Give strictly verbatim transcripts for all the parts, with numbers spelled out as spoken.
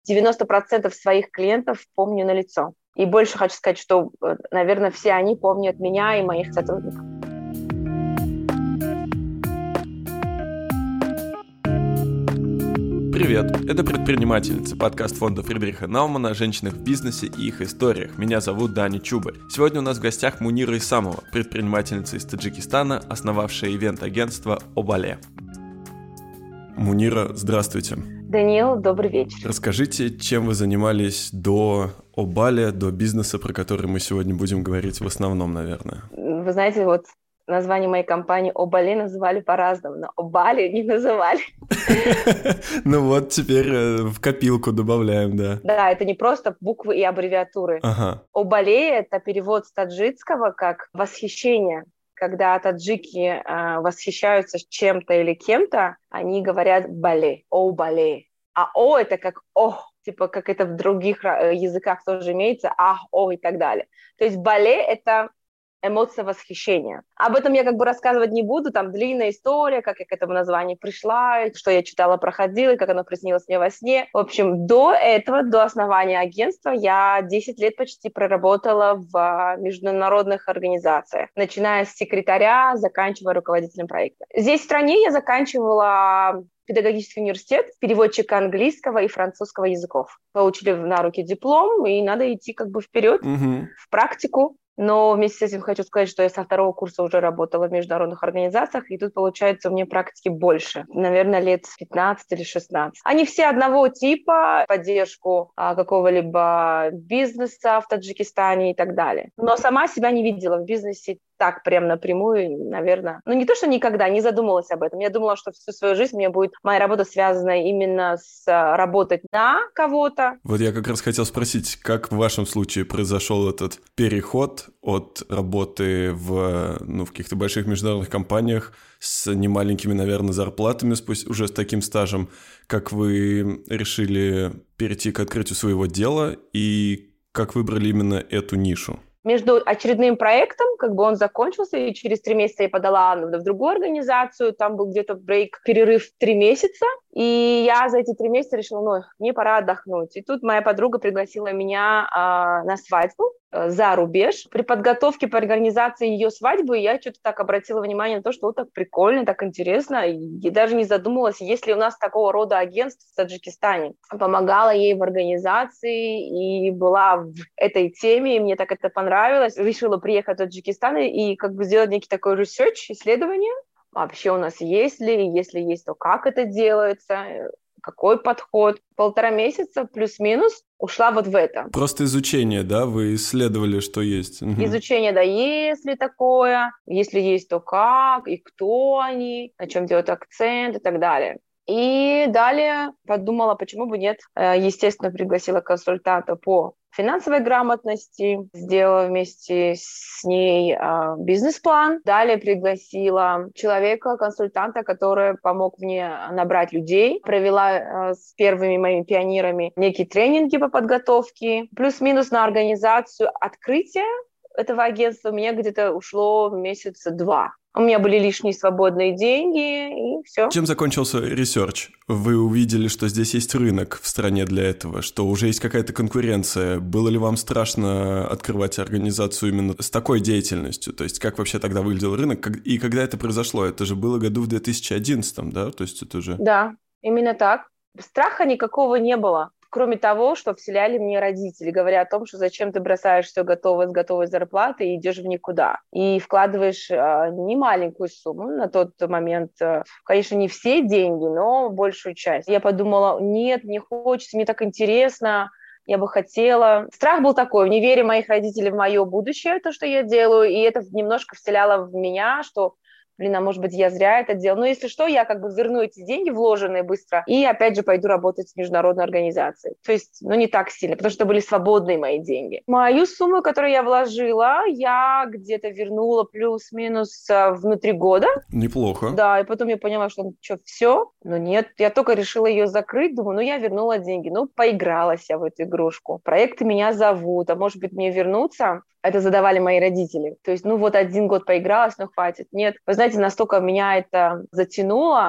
девяносто процентов своих клиентов помню на лицо. И больше хочу сказать, что, наверное, все они помнят меня и моих сотрудников. Привет, это «Предпринимательница», подкаст фонда Фридриха Наумана о женщинах в бизнесе и их историях. Меня зовут Даня Чубарь. Сегодня у нас в гостях Мунира Исамова, предпринимательница из Таджикистана, основавшая ивент-агентство «Обале». Мунира, здравствуйте. Даниил, добрый вечер. Расскажите, чем вы занимались до «Обале», до бизнеса, про который мы сегодня будем говорить в основном, наверное? Вы знаете, вот название моей компании «Обале» называли по-разному, но «Обале» не называли. Ну вот, теперь в копилку добавляем, да. Да, это не просто буквы и аббревиатуры. «Обале» — это перевод с таджикского как «восхищение». Когда таджики э, восхищаются чем-то или кем-то, они говорят «бале», «о бале». А «о» — это как «о», типа как это в других языках тоже имеется, «ах», «о» и так далее. То есть «бале» — это эмоция восхищения. Об этом я как бы рассказывать не буду, там длинная история, как я к этому названию пришла, что я читала, проходила, как оно приснилось мне во сне. В общем, до этого, до основания агентства, я десять лет почти проработала в международных организациях, начиная с секретаря, заканчивая руководителем проекта. Здесь в стране я заканчивала педагогический университет, переводчика английского и французского языков. Получили на руки диплом, и надо идти как бы вперед, mm-hmm. в практику. Но вместе с этим хочу сказать, что я со второго курса уже работала в международных организациях, и тут, получается, у меня практики больше. Наверное, лет пятнадцать или шестнадцать. Они все одного типа, поддержку а, какого-либо бизнеса в Таджикистане и так далее. Но сама себя не видела в бизнесе так прям напрямую, наверное. Ну, не то, что никогда, не задумывалась об этом. Я думала, что всю свою жизнь у меня будет моя работа связана именно с работой на кого-то. Вот я как раз хотел спросить, как в вашем случае произошел этот переход от работы в, ну, в каких-то больших международных компаниях с немаленькими, наверное, зарплатами, уже с таким стажем, как вы решили перейти к открытию своего дела и как выбрали именно эту нишу? Между очередным проектом, как бы он закончился, и через три месяца я подала в другую организацию, там был где-то брейк, перерыв три месяца, и я за эти три месяца решила, ну, мне пора отдохнуть. И тут моя подруга пригласила меня а, на свадьбу а, за рубеж. При подготовке по организации ее свадьбы я что-то так обратила внимание на то, что вот так прикольно, так интересно, и даже не задумывалась, есть ли у нас такого рода агентство в Таджикистане. Помогала ей в организации и была в этой теме, и мне так это понравилось. Решила приехать в Таджикистан и как бы сделать некий такой research, исследование. Вообще у нас есть ли, если есть, то как это делается, какой подход. Полтора месяца плюс-минус ушла вот в это. Просто изучение, да? Вы исследовали, что есть. Угу. Изучение, да, есть ли такое, если есть, то как, и кто они, на чем делать акцент и так далее. И далее подумала, почему бы нет. Естественно, пригласила консультанта по финансовой грамотности, сделала вместе с ней э, бизнес-план. Далее пригласила человека, консультанта, который помог мне набрать людей. Провела э, с первыми моими пионерами некие тренинги по подготовке. Плюс-минус на организацию открытия этого агентства у меня где-то ушло месяца два. У меня были лишние свободные деньги, и все. Чем закончился ресерч? Вы увидели, что здесь есть рынок в стране для этого, что уже есть какая-то конкуренция. Было ли вам страшно открывать организацию именно с такой деятельностью? То есть как вообще тогда выглядел рынок? И когда это произошло? Это же было году в две тысячи одиннадцатом, да? То есть это уже... Да, именно так. Страха никакого не было. Кроме того, что вселяли мне родители, говоря о том, что зачем ты бросаешь все готовое с готовой зарплаты и идешь в никуда. И вкладываешь а, не маленькую сумму на тот момент. А, конечно, не все деньги, но большую часть. Я подумала, нет, мне хочется, мне так интересно, я бы хотела. Страх был такой, в неверие моих родителей в мое будущее, то, что я делаю, и это немножко вселяло в меня, что... Блин, а может быть, я зря это делала. Но если что, я как бы верну эти деньги, вложенные быстро, и опять же пойду работать в международной организации. То есть, ну, не так сильно, потому что это были свободные мои деньги. Мою сумму, которую я вложила, я где-то вернула плюс-минус внутри года. Неплохо. Да, и потом я поняла, что, ну, что, все? Ну, нет, я только решила ее закрыть, думаю, ну, я вернула деньги. Ну, поигралась я в эту игрушку. Проекты меня зовут, а может быть, мне вернуться? Это задавали мои родители. То есть, ну, вот один год поигралась, ну, хватит. Нет, вы знаете, настолько меня это затянуло,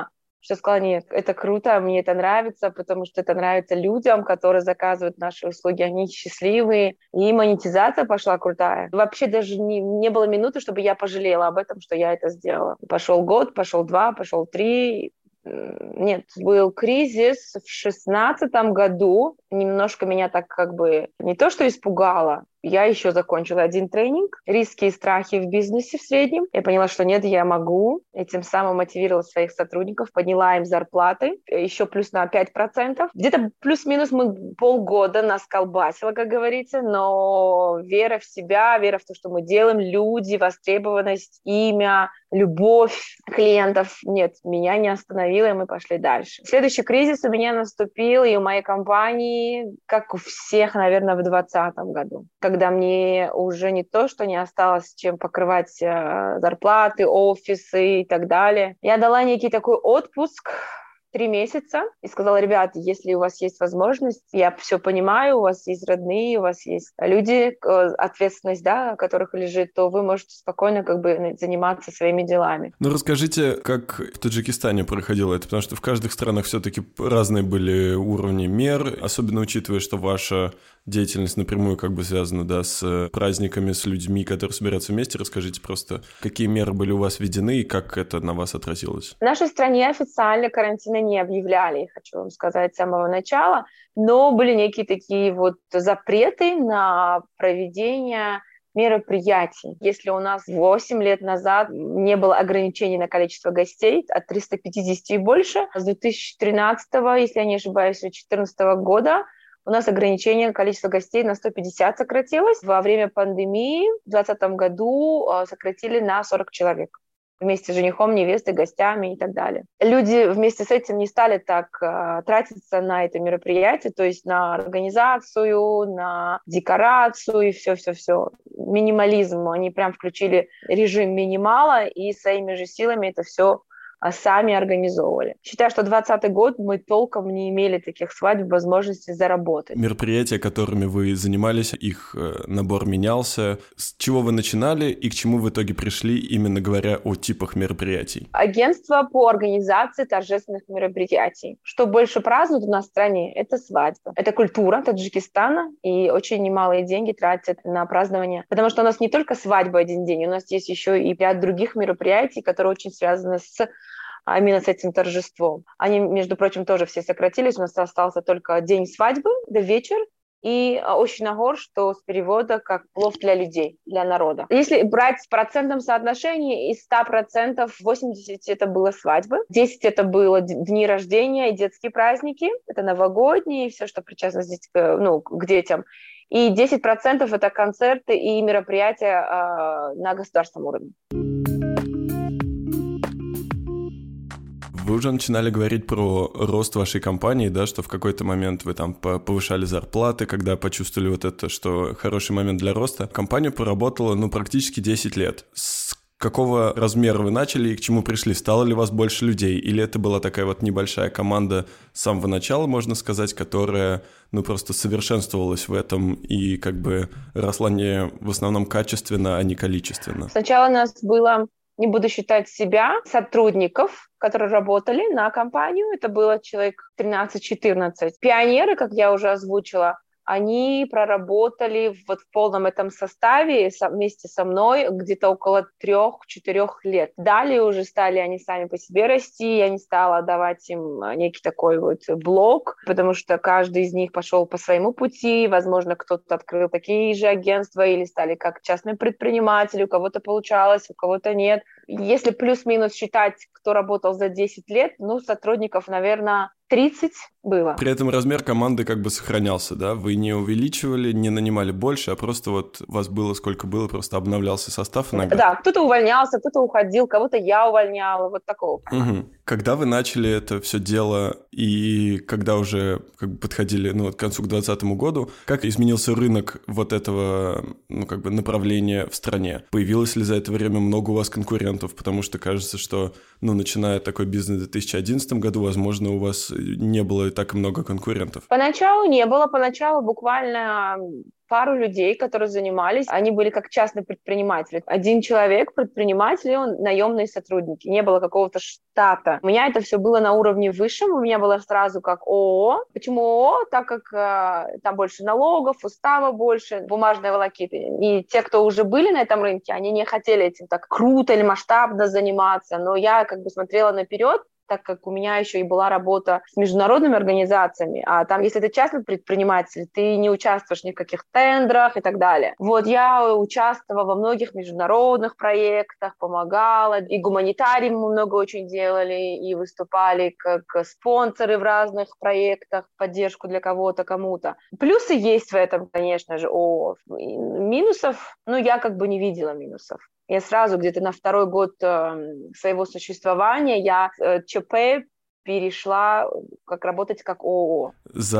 что сказала, нет, это круто, мне это нравится, потому что это нравится людям, которые заказывают наши услуги, они счастливые, и монетизация пошла крутая. Вообще даже не, не было минуты, чтобы я пожалела об этом, что я это сделала. Пошел год, пошел два, пошел три. Нет, был кризис в шестнадцатом году, немножко меня так как бы не то что испугало, я еще закончила один тренинг «Риски и страхи в бизнесе в среднем». Я поняла, что нет, я могу. И тем самым мотивировала своих сотрудников, подняла им зарплаты, еще плюс на пять процентов. Где-то плюс-минус мы полгода нас колбасило, как говорится, но вера в себя, вера в то, что мы делаем, люди, востребованность, имя, любовь клиентов. Нет, меня не остановило, и мы пошли дальше. Следующий кризис у меня наступил, и у моей компании, как у всех, наверное, в двадцатом году. Когда мне уже не то, что не осталось чем покрывать э, зарплаты, офисы и так далее. Я дала некий такой отпуск, три месяца, и сказала, ребят, если у вас есть возможность, я все понимаю, у вас есть родные, у вас есть люди, ответственность, да, о которых лежит, то вы можете спокойно как бы заниматься своими делами. Ну, расскажите, как в Таджикистане проходило это, потому что в каждых странах все-таки разные были уровни мер, особенно учитывая, что ваша деятельность напрямую как бы связана, да, с праздниками, с людьми, которые собираются вместе. Расскажите просто, какие меры были у вас введены и как это на вас отразилось? В нашей стране официально карантина не объявляли, хочу вам сказать, с самого начала, но были некие такие вот запреты на проведение мероприятий. Если у нас восемь лет назад не было ограничений на количество гостей от триста пятьдесят и больше, с две тысячи тринадцатого, если я не ошибаюсь, две тысячи четырнадцатого года у нас ограничение количества гостей на сто пятьдесят сократилось. Во время пандемии в двадцатом году сократили на сорок человек. Вместе с женихом, невестой, гостями и так далее. Люди вместе с этим не стали так э, тратиться на это мероприятие, то есть на организацию, на декорацию и все-все-все. Минимализм. Они прям включили режим минимала и своими же силами это все сами организовывали. Считаю, что двадцатый год мы толком не имели таких свадьб, возможности заработать. Мероприятия, которыми вы занимались, их набор менялся. С чего вы начинали и к чему в итоге пришли, именно говоря о типах мероприятий? Агентство по организации торжественных мероприятий. Что больше празднуют у нас в стране, это свадьба. Это культура Таджикистана, и очень немалые деньги тратят на празднование. Потому что у нас не только свадьба один день, у нас есть еще и ряд других мероприятий, которые очень связаны с а именно с этим торжеством. Они, между прочим, тоже все сократились. У нас остался только день свадьбы, да вечер, и очень нагор, что с перевода как плов для людей, для народа. Если брать в процентном соотношении, из ста процентов восемьдесят это было свадьбы, десять это было дни рождения и детские праздники, это новогодние, все, что причастно ну, к детям. И десять процентов это концерты и мероприятия э, на государственном уровне. Вы уже начинали говорить про рост вашей компании, да, что в какой-то момент вы там повышали зарплаты, когда почувствовали вот это, что хороший момент для роста. Компания поработала, ну, практически десять лет. С какого размера вы начали и к чему пришли? Стало ли у вас больше людей? Или это была такая вот небольшая команда с самого начала, можно сказать, которая, ну, просто совершенствовалась в этом и как бы росла не в основном качественно, а не количественно? Сначала нас было... Не буду считать себя, сотрудников, которые работали на компанию. Это было человек тринадцать-четырнадцать. Пионеры, как я уже озвучила, они проработали вот в полном этом составе вместе со мной где-то около трех-четырех лет. Далее уже стали они сами по себе расти, я не стала давать им некий такой вот блок, потому что каждый из них пошел по своему пути, возможно, кто-то открыл такие же агентства или стали как частные предприниматели, у кого-то получалось, у кого-то нет. Если плюс-минус считать, кто работал за десять лет, ну, сотрудников, наверное, тридцать было. При этом размер команды как бы сохранялся, да? Вы не увеличивали, не нанимали больше, а просто вот у вас было сколько было, просто обновлялся состав иногда? Да, кто-то увольнялся, кто-то уходил, кого-то я увольняла, вот такого. Угу. Когда вы начали это все дело и когда уже как бы подходили, ну, вот к концу к двадцатому году, как изменился рынок вот этого, ну, как бы направления в стране? Появилось ли за это время много у вас конкурентов? Потому что кажется, что, ну, начиная такой бизнес в две тысячи одиннадцатом году, возможно, у вас не было так много конкурентов. Поначалу не было, поначалу буквально пару людей, которые занимались, они были как частные предприниматели. Один человек, предприниматель, и он наемные сотрудники. Не было какого-то штата. У меня это все было на уровне высшем, у меня было сразу как ООО. Почему ООО? Так как э, там больше налогов, устава больше, бумажной волокиты. И те, кто уже были на этом рынке, они не хотели этим так круто или масштабно заниматься, но я как бы смотрела наперед, так как у меня еще и была работа с международными организациями, а там, если ты частный предприниматель, ты не участвуешь ни в каких тендерах и так далее. Вот я участвовала во многих международных проектах, помогала, и гуманитарием мы много очень делали, и выступали как спонсоры в разных проектах, поддержку для кого-то, кому-то. Плюсы есть в этом, конечно же, ООО. Минусов, ну, я как бы не видела минусов. Я сразу где-то на второй год э, своего существования я э, ЧП перешла как работать как ООО.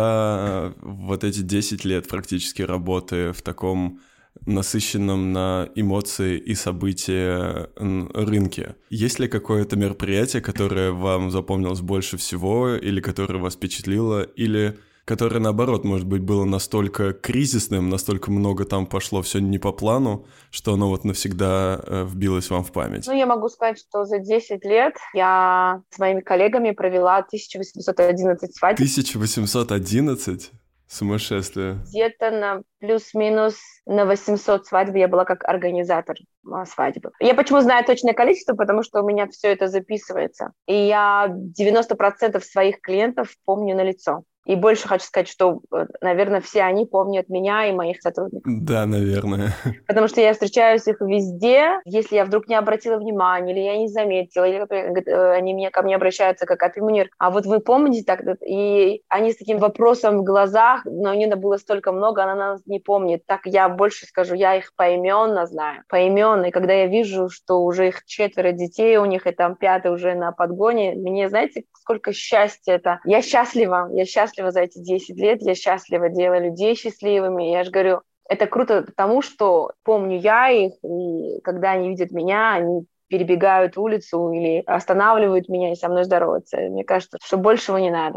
За вот эти десять лет практически работы в таком насыщенном на эмоции и события рынке, есть ли какое-то мероприятие, которое вам запомнилось больше всего, или которое вас впечатлило, или которое, наоборот, может быть, было настолько кризисным, настолько много там пошло все не по плану, что оно вот навсегда э, вбилось вам в память? Ну, я могу сказать, что за десять лет я с моими коллегами провела тысяча восемьсот одиннадцать свадеб. тысяча восемьсот одиннадцать? Сумасшествие. Где-то на плюс-минус на восемьсот свадеб я была как организатор свадьбы. Я почему знаю точное количество, потому что у меня все это записывается. И я девяносто процентов своих клиентов помню на лицо. И больше хочу сказать, что, наверное, все они помнят меня и моих сотрудников. Да, наверное. Потому что я встречаюсь их везде. Если я вдруг не обратила внимания, или я не заметила, или они меня, ко мне обращаются как «Апимунир». А вот вы помните так? И они с таким вопросом в глазах, но Нина было столько много, она нас не помнит. Так я больше скажу, я их поименно знаю. Поименно. И когда я вижу, что уже их четверо детей, у них и там пятый уже на подгоне, мне, знаете, сколько счастья это. Я счастлива, я счастлива за эти десять лет, я счастлива делаю людей счастливыми. Я же говорю, это круто потому, что помню я их, и когда они видят меня, они перебегают улицу или останавливают меня и со мной здороваются. Мне кажется, что большего не надо.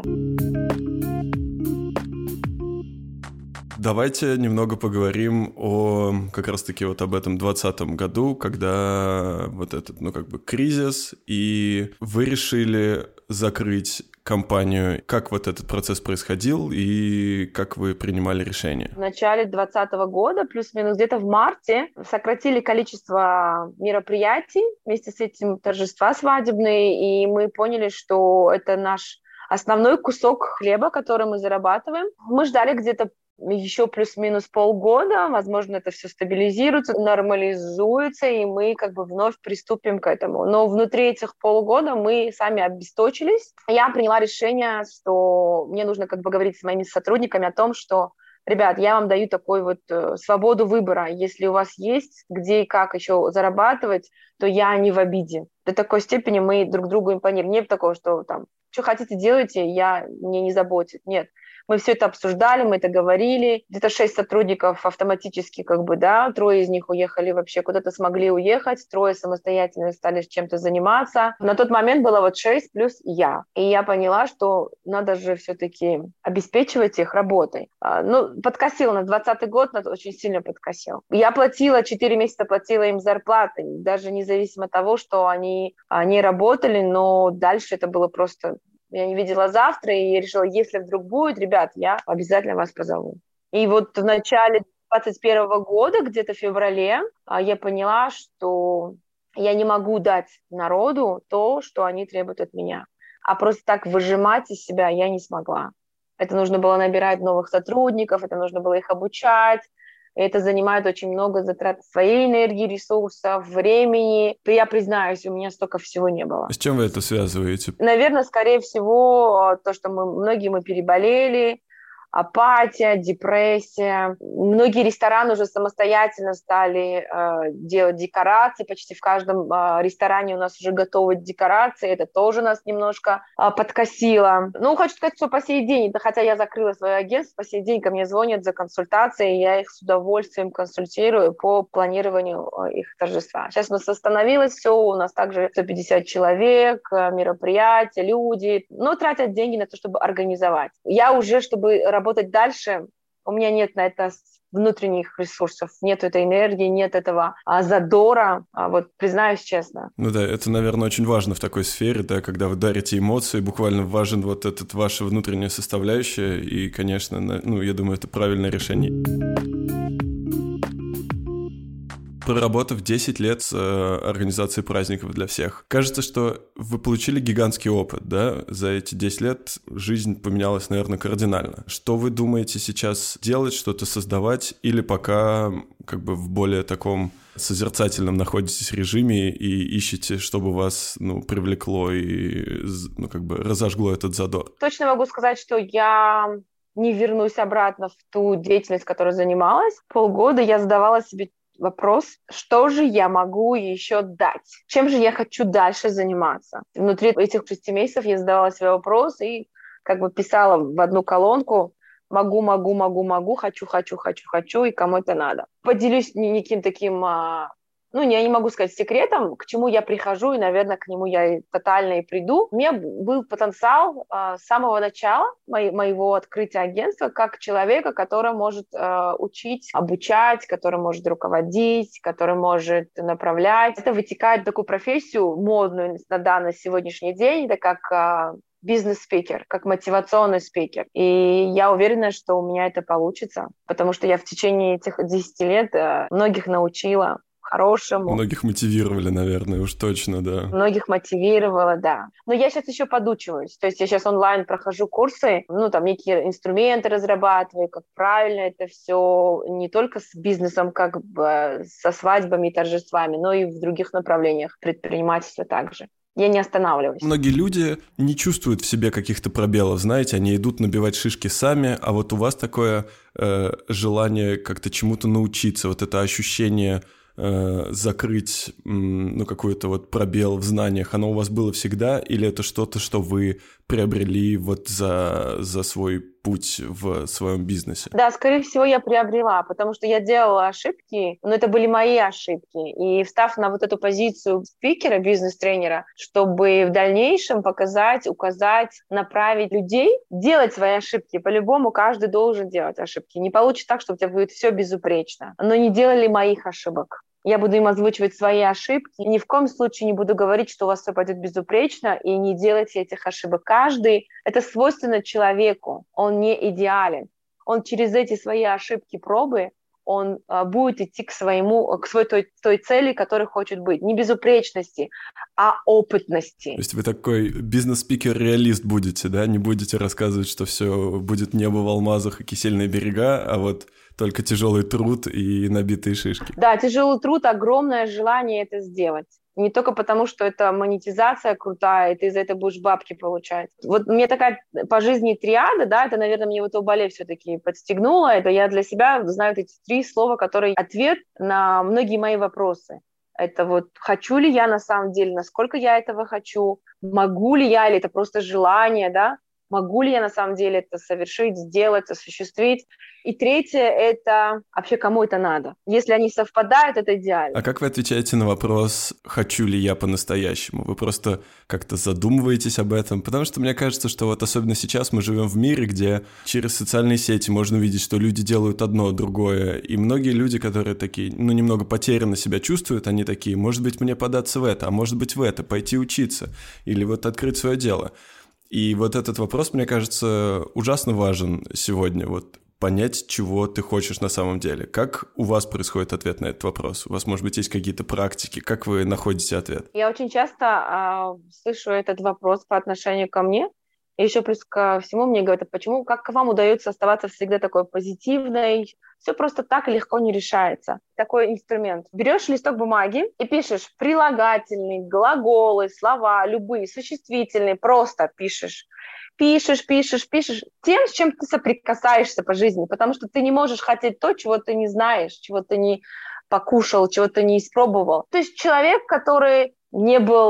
Давайте немного поговорим о как раз-таки вот об этом двадцатом году, когда вот этот, ну, как бы кризис, и вы решили закрыть компанию. Как вот этот процесс происходил и как вы принимали решение? В начале двадцатого года, плюс-минус где-то в марте, сократили количество мероприятий, вместе с этим торжества свадебные, и мы поняли, что это наш основной кусок хлеба, который мы зарабатываем. Мы ждали где-то еще плюс-минус полгода, возможно, это все стабилизируется, нормализуется, и мы как бы вновь приступим к этому. Но внутри этих полгода мы сами обесточились. Я приняла решение, что мне нужно как бы говорить с моими сотрудниками о том, что, ребят, я вам даю такую вот э, свободу выбора. Если у вас есть где и как еще зарабатывать, то я не в обиде. До такой степени мы друг другу импонируем. Нет такого, что там, что хотите делайте, я, мне не заботит. Нет. Мы все это обсуждали, мы это говорили. Где-то шесть сотрудников автоматически, как бы, да, трое из них уехали вообще, куда-то смогли уехать, трое самостоятельно стали чем-то заниматься. На тот момент было вот шесть плюс я. И я поняла, что надо же все-таки обеспечивать их работой. Ну, подкосил на двадцатый год, нас очень сильно подкосил. Я платила, четыре месяца платила им зарплаты, даже независимо от того, что они, они работали, но дальше это было просто... Я не видела завтра, и я решила, если вдруг будет, ребят, я обязательно вас позову. И вот в начале двадцать первого года, где-то в феврале, я поняла, что я не могу дать народу то, что они требуют от меня. А просто так выжимать из себя я не смогла. Это нужно было набирать новых сотрудников, это нужно было их обучать. Это занимает очень много затрат своей энергии, ресурсов, времени. Я признаюсь, у меня столько всего не было. С чем вы это связываете? Наверное, скорее всего, то, что мы многие мы переболели, апатия, депрессия. Многие рестораны уже самостоятельно стали э, делать декорации. Почти в каждом э, ресторане у нас уже готовы декорации. Это тоже нас немножко э, подкосило. Ну, хочу сказать, что по сей день, да, хотя я закрыла свое агентство, по сей день ко мне звонят за консультацией, я их с удовольствием консультирую по планированию э, их торжества. Сейчас у нас остановилось все, у нас также сто пятьдесят человек, э, мероприятия, люди, но тратят деньги на то, чтобы организовать. Я уже, чтобы работать работать дальше, у меня нет на это внутренних ресурсов, нет этой энергии, нет этого а, задора, а, вот признаюсь честно. Ну да, это, наверное, очень важно в такой сфере, да, когда вы дарите эмоции, буквально важен вот этот ваша внутренняя составляющая, и, конечно, ну, я думаю, это правильное решение. Проработав десять лет с э, организацией праздников для всех, кажется, что вы получили гигантский опыт, да? За эти десять лет жизнь поменялась, наверное, кардинально. Что вы думаете сейчас делать, что-то создавать, или пока как бы в более таком созерцательном находитесь режиме и ищете, чтобы вас, ну, привлекло и, ну, как бы разожгло этот задор? Точно могу сказать, что я не вернусь обратно в ту деятельность, которой занималась. Полгода я задавала себе вопрос, что же я могу еще дать? Чем же я хочу дальше заниматься? Внутри этих шести месяцев я задавала себе вопрос и как бы писала в одну колонку: могу, могу, могу, могу, хочу, хочу, хочу, хочу, и кому это надо. Поделюсь неким таким, ну, я не могу сказать секретом, к чему я прихожу, и, наверное, к нему я и тотально и приду. У меня был потенциал а, с самого начала мо- моего открытия агентства как человека, который может а, учить, обучать, который может руководить, который может направлять. Это вытекает в такую профессию модную на данный сегодняшний день, это как а, бизнес-спикер, как мотивационный спикер. И я уверена, что у меня это получится, потому что я в течение этих десяти лет а, многих научила хорошему. Многих мотивировали, наверное, уж точно, да. Многих мотивировала, да. Но я сейчас еще подучиваюсь. То есть я сейчас онлайн прохожу курсы, ну, там, некие инструменты разрабатываю, как правильно это все, не только с бизнесом, как бы со свадьбами и торжествами, но и в других направлениях предпринимательства также. Я не останавливаюсь. Многие люди не чувствуют в себе каких-то пробелов, знаете, они идут набивать шишки сами, а вот у вас такое э, желание как-то чему-то научиться, вот это ощущение закрыть, ну, какой-то вот пробел в знаниях, оно у вас было всегда, или это что-то, что вы приобрели вот за, за свой путь в своем бизнесе? Да, скорее всего, я приобрела, потому что я делала ошибки, но это были мои ошибки. И встав на вот эту позицию спикера, бизнес-тренера, чтобы в дальнейшем показать, указать, направить людей, делать свои ошибки. По-любому каждый должен делать ошибки. Не получится так, что у тебя будет все безупречно. Но не делали моих ошибок. Я буду им озвучивать свои ошибки. Ни в коем случае не буду говорить, что у вас все пойдет безупречно, и не делайте этих ошибок. Каждый, это свойственно человеку, он не идеален. Он через эти свои ошибки, пробы, он а, будет идти к своему, к своей той, той цели, которой хочет быть. Не безупречности, а опытности. То есть вы такой бизнес-спикер-реалист будете, да? Не будете рассказывать, что все будет небо в алмазах и кисельные берега, а вот только тяжелый труд и набитые шишки. Да, тяжелый труд, огромное желание это сделать. Не только потому, что это монетизация крутая, и ты за это будешь бабки получать. Вот мне такая по жизни триада, да, это, наверное, мне вот Обале все-таки подстегнуло. Это я для себя знаю эти три слова, которые ответ на многие мои вопросы. Это вот хочу ли я на самом деле, насколько я этого хочу, могу ли я, или это просто желание, да, могу ли я на самом деле это совершить, сделать, осуществить. И третье – это вообще кому это надо. Если они совпадают, это идеально. А как вы отвечаете на вопрос, хочу ли я по-настоящему? Вы просто как-то задумываетесь об этом? Потому что мне кажется, что вот особенно сейчас мы живем в мире, где через социальные сети можно увидеть, что люди делают одно, другое. И многие люди, которые такие, ну, немного потерянно себя чувствуют, они такие, может быть, мне податься в это, а может быть, в это, пойти учиться или вот открыть свое дело. И вот этот вопрос, мне кажется, ужасно важен сегодня, вот понять, чего ты хочешь на самом деле. Как у вас происходит ответ на этот вопрос? У вас, может быть, есть какие-то практики? Как вы находите ответ? Я очень часто э, слышу этот вопрос по отношению ко мне. И еще плюс ко всему мне говорят, почему, как вам удается оставаться всегда такой позитивной? Все просто так легко не решается. Такой инструмент. Берешь листок бумаги и пишешь прилагательные, глаголы, слова, любые, существительные, просто пишешь. Пишешь, пишешь, пишешь тем, с чем ты соприкасаешься по жизни, потому что ты не можешь хотеть то, чего ты не знаешь, чего ты не покушал, чего ты не испробовал. То есть человек, который не был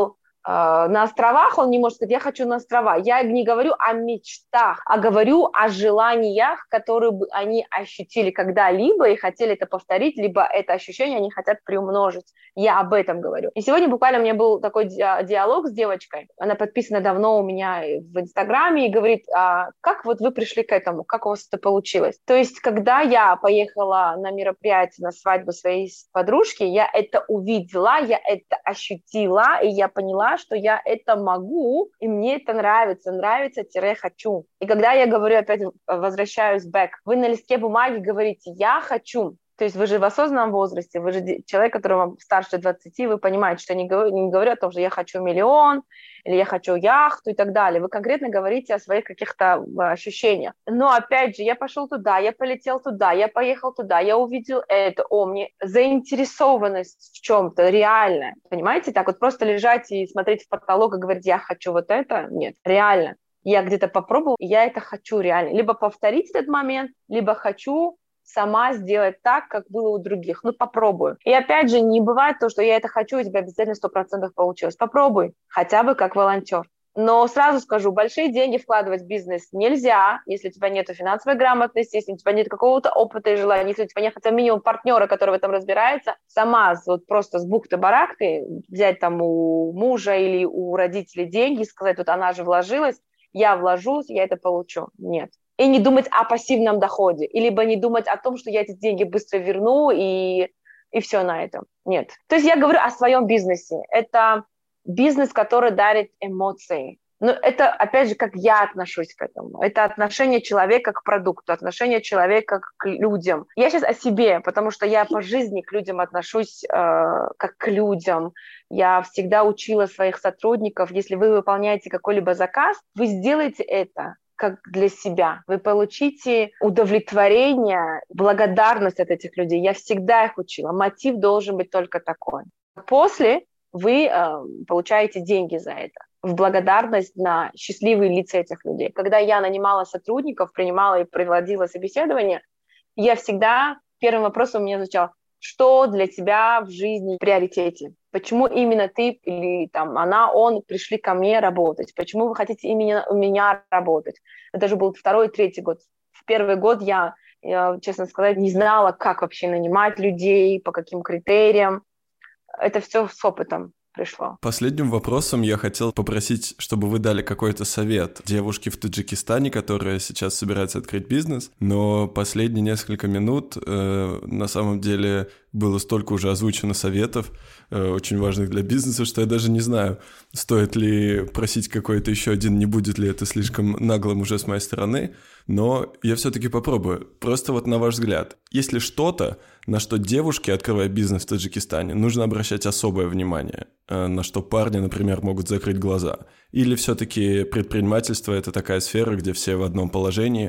на островах, он не может сказать, я хочу на острова. Я не говорю о мечтах, а говорю о желаниях, которые бы они ощутили когда-либо и хотели это повторить, либо это ощущение они хотят приумножить. Я об этом говорю. И сегодня буквально у меня был такой диалог с девочкой. Она подписана давно у меня в Инстаграме и говорит, а как вот вы пришли к этому, как у вас это получилось? То есть, когда я поехала на мероприятие, на свадьбу своей подружки, я это увидела, я это ощутила, и я поняла, что я это могу, и мне это нравится, нравится-хочу. И когда я говорю, опять возвращаюсь back, вы на листке бумаги говорите «я хочу», то есть вы же в осознанном возрасте, вы же человек, который вам старше двадцати, вы понимаете, что я не говорю, не говорю о том, что я хочу миллион, или я хочу яхту и так далее. Вы конкретно говорите о своих каких-то ощущениях. Но опять же, я пошел туда, я полетел туда, я поехал туда, я увидел это, о, мне заинтересованность в чем-то реальная. Понимаете, так вот просто лежать и смотреть в потолок и говорить, я хочу вот это, нет, реально. Я где-то попробовал, и я это хочу реально. Либо повторить этот момент, либо хочу сама сделать так, как было у других. Ну, попробую. И опять же, не бывает то, что я это хочу, и у тебя обязательно сто процентов получилось. Попробуй, хотя бы как волонтер. Но сразу скажу, большие деньги вкладывать в бизнес нельзя, если у тебя нет финансовой грамотности, если у тебя нет какого-то опыта и желания, если у тебя нет хотя бы минимум партнера, который в этом разбирается, сама вот просто с бухты-барахты взять там у мужа или у родителей деньги и сказать, вот она же вложилась, я вложусь, я это получу. Нет. И не думать о пассивном доходе, либо не думать о том, что я эти деньги быстро верну, и, и все на этом. Нет. То есть я говорю о своем бизнесе. Это бизнес, который дарит эмоции. Но это, опять же, как я отношусь к этому. Это отношение человека к продукту, отношение человека к людям. Я сейчас о себе, потому что я по жизни к людям отношусь э, как к людям. Я всегда учила своих сотрудников, если вы выполняете какой-либо заказ, вы сделаете это как для себя. Вы получите удовлетворение, благодарность от этих людей. Я всегда их учила. Мотив должен быть только такой. После вы э, получаете деньги за это, в благодарность на счастливые лица этих людей. Когда я нанимала сотрудников, принимала и проводила собеседование, я всегда, первым вопросом у меня звучал, что для тебя в жизни в приоритете? Почему именно ты или там она, он пришли ко мне работать? Почему вы хотите именно у меня работать? Это же был второй, третий год. В первый год я, я, честно сказать, не знала, как вообще нанимать людей, по каким критериям. Это все с опытом пришло. Последним вопросом я хотел попросить, чтобы вы дали какой-то совет девушке в Таджикистане, которая сейчас собирается открыть бизнес, но последние несколько минут э, на самом деле было столько уже озвучено советов, э, очень важных для бизнеса, что я даже не знаю, стоит ли просить какой-то еще один, не будет ли это слишком наглым уже с моей стороны, но я все-таки попробую. Просто вот на ваш взгляд, есть ли что-то, на что девушке, открывая бизнес в Таджикистане, нужно обращать особое внимание, на что парни, например, могут закрыть глаза? Или все-таки предпринимательство – это такая сфера, где все в одном положении,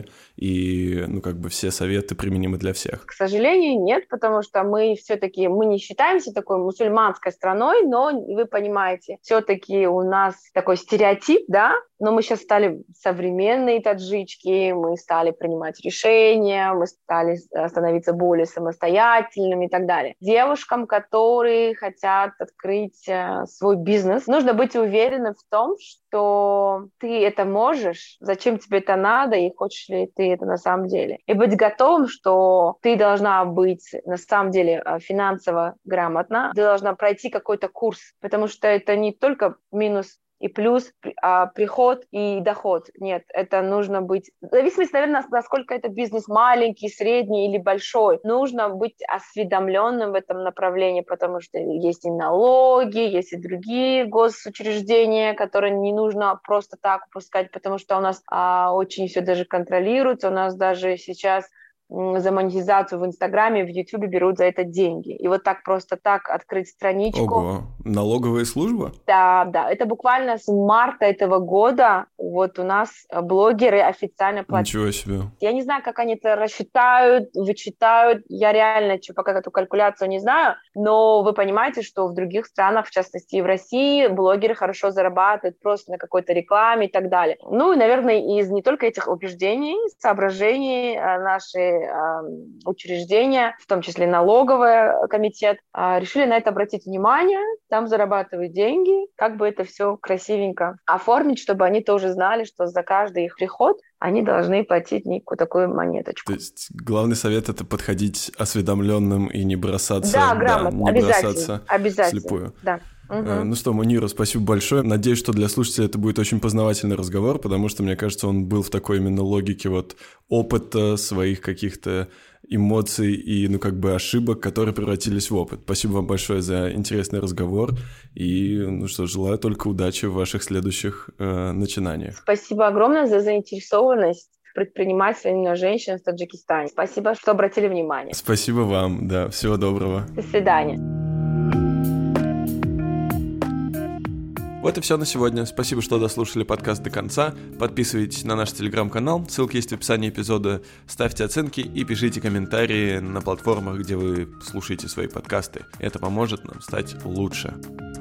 и, ну, как бы все советы применимы для всех? К сожалению, нет, потому что мы все-таки, мы не считаемся такой мусульманской страной, но вы понимаете, все-таки у нас такой стереотип, да, но мы сейчас стали современные таджички, мы стали принимать решения, мы стали становиться более самостоятельными и так далее. Девушкам, которые хотят открыть свой бизнес, нужно быть уверенным в том, что ты это можешь, зачем тебе это надо и хочешь ли ты это на самом деле. И быть готовым, что ты должна быть на самом деле финансово грамотна, ты должна пройти какой-то курс, потому что это не только минус и плюс а, приход и доход. Нет, это нужно быть... В зависимости, наверное, насколько это бизнес маленький, средний или большой. Нужно быть осведомленным в этом направлении, потому что есть и налоги, есть и другие госучреждения, которые не нужно просто так упускать, потому что у нас а, очень все даже контролируется. У нас даже сейчас за монетизацию в Инстаграме, в Ютубе берут за это деньги. И вот так просто так открыть страничку. Ого, налоговая служба? Да, да. Это буквально с марта этого года вот у нас блогеры официально платят. Ничего себе. Я не знаю, как они это рассчитают, вычитают. Я реально пока эту калькуляцию не знаю, но вы понимаете, что в других странах, в частности и в России, блогеры хорошо зарабатывают просто на какой-то рекламе и так далее. Ну и, наверное, из не только этих убеждений, соображений наши э, учреждения, в том числе налоговый комитет, э, решили на это обратить внимание, там зарабатывать деньги, как бы это все красивенько оформить, чтобы они тоже знали, что за каждый их приход они должны платить некую такую монеточку. То есть главный совет — это подходить осведомленным и не бросаться, да, грамотно, да, не обязательно, бросаться обязательно, вслепую. Да. Угу. Ну что, Мунира, спасибо большое. Надеюсь, что для слушателей это будет очень познавательный разговор, потому что, мне кажется, он был в такой именно логике вот опыта, своих каких-то эмоций и, ну, как бы ошибок, которые превратились в опыт. Спасибо вам большое за интересный разговор. И, ну что, желаю только удачи в ваших следующих э, начинаниях. Спасибо огромное за заинтересованность предпринимательной женщин в Таджикистане. Спасибо, что обратили внимание. Спасибо вам, да. Всего доброго. До свидания. Вот и все на сегодня. Спасибо, что дослушали подкаст до конца. Подписывайтесь на наш телеграм-канал, ссылка есть в описании эпизода. Ставьте оценки и пишите комментарии на платформах, где вы слушаете свои подкасты. Это поможет нам стать лучше.